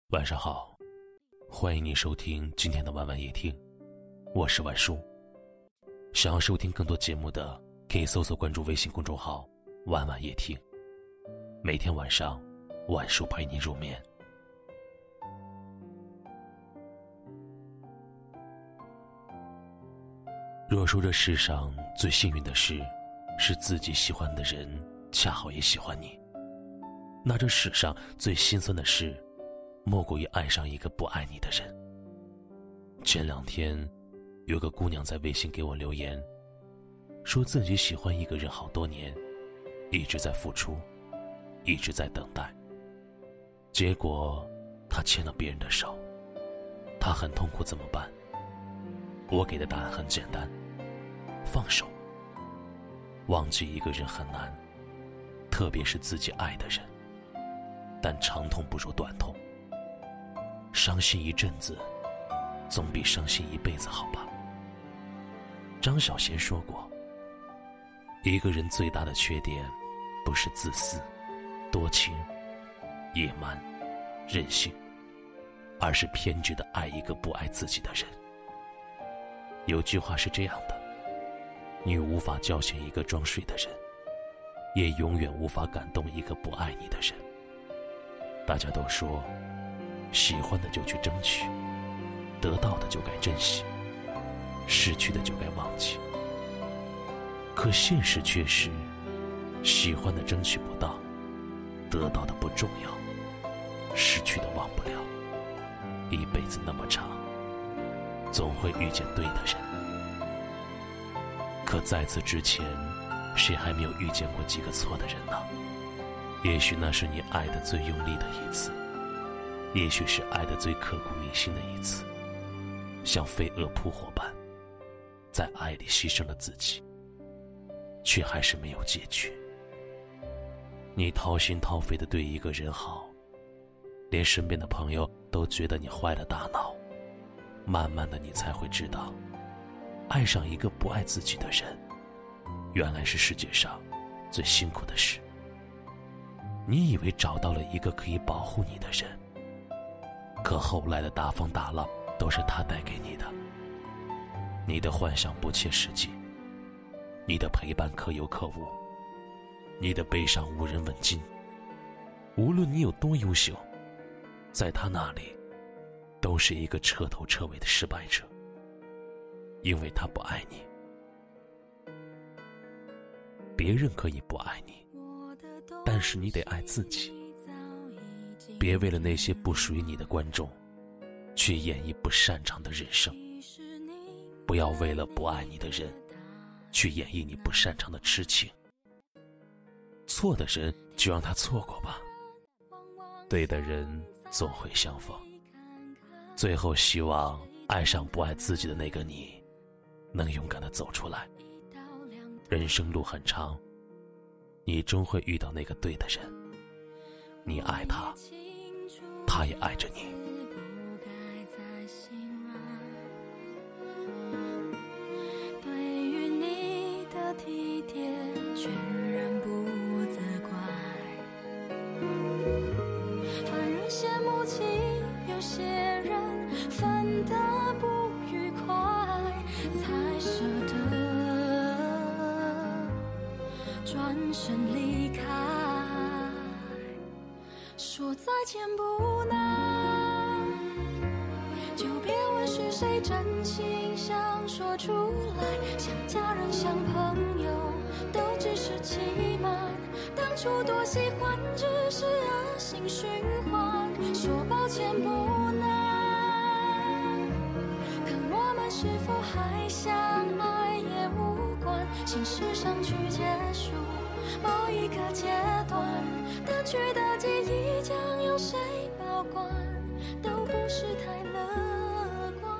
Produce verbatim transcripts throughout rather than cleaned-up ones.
晚上好，欢迎你收听今天的晚晚夜听，我是晚叔。想要收听更多节目的，可以搜索关注微信公众号晚晚夜听，每天晚上晚叔陪你入眠。若说这世上最幸运的事是自己喜欢的人恰好也喜欢你，那这世上最心酸的事莫过于爱上一个不爱你的人。前两天有个姑娘在微信给我留言，说自己喜欢一个人好多年，一直在付出，一直在等待，结果她牵了别人的手，她很痛苦，怎么办？我给的答案很简单，放手。忘记一个人很难，特别是自己爱的人，但长痛不如短痛。伤心一阵子总比伤心一辈子好吧。张小娴说过，一个人最大的缺点不是自私、多情、野蛮、任性，而是偏执地爱一个不爱自己的人。有句话是这样的，你无法叫醒一个装睡的人，也永远无法感动一个不爱你的人。大家都说喜欢的就去争取，得到的就该珍惜，失去的就该忘记。可现实却是，喜欢的争取不到，得到的不重要，失去的忘不了。一辈子那么长，总会遇见对的人。可在此之前，谁还没有遇见过几个错的人呢？也许那是你爱的最用力的一次，也许是爱的最刻骨铭心的一次，像飞蛾扑火般在爱里牺牲了自己，却还是没有结局。你掏心掏肺地对一个人好，连身边的朋友都觉得你坏了大脑，慢慢的你才会知道，爱上一个不爱自己的人，原来是世界上最辛苦的事。你以为找到了一个可以保护你的人，可后来的大风大浪都是他带给你的。你的幻想不切实际，你的陪伴可有可无，你的悲伤无人问津。无论你有多优秀，在他那里都是一个彻头彻尾的失败者，因为他不爱你。别人可以不爱你，但是你得爱自己。别为了那些不属于你的观众，去演绎不擅长的人生。不要为了不爱你的人，去演绎你不擅长的痴情。错的人就让他错过吧，对的人总会相逢。最后希望爱上不爱自己的那个你，能勇敢地走出来。人生路很长，你终会遇到那个对的人，你爱他，他也爱着你。 对于你的体贴全然不责怪，反而羡慕起有些人分得不愉快，才舍得转身离开。说再见不难，就别问是谁真心想说出来，像家人像朋友都只是欺瞒，当初多喜欢只是恶性循环。说抱歉不难，可我们是否还相爱也无关，心事上去结束某一个阶段，淡去的记忆将由谁保管，都不是太乐观。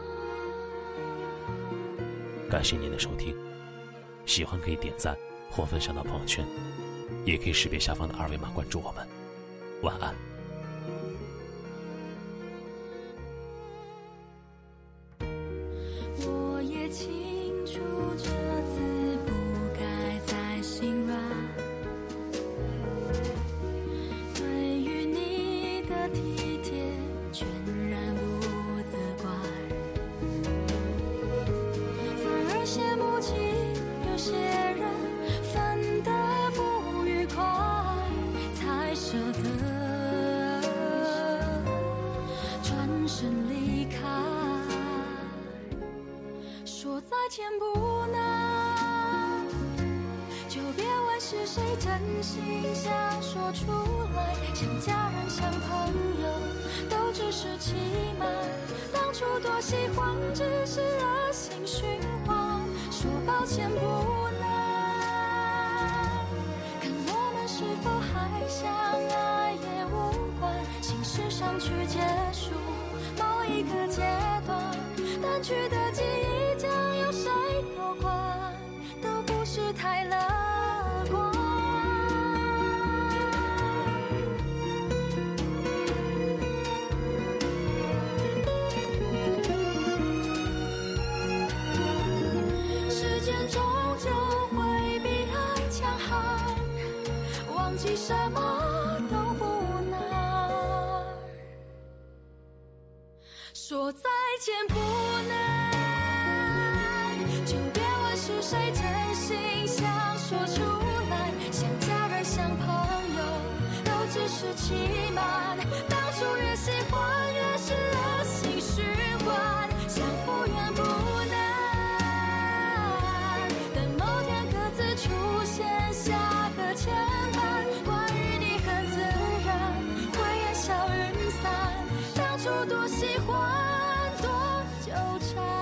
感谢您的收听，喜欢可以点赞或分享到朋友圈，也可以识别下方的二维码关注我们。晚安。 我也清楚这次不该再心软，对于你的体贴却转身离开。说再见不难，就别问是谁真心想说出来。像家人像朋友都只是欺瞒，当初多喜欢只是恶性循环。说抱歉不难，看我们是否还相爱也无关。心事上去结束某一个阶段，淡去的记忆将由谁有关，都不是太乐观。时间终究会比爱强悍，忘记什么都不难。说再见不难，就别问是谁真心想说出来。像家人像朋友都只是欺瞒，当初越喜欢越是恶性循环。想复原不难，等某天各自出现下个牵绊。关于你很自然会烟消云散，当初多喜欢多纠缠。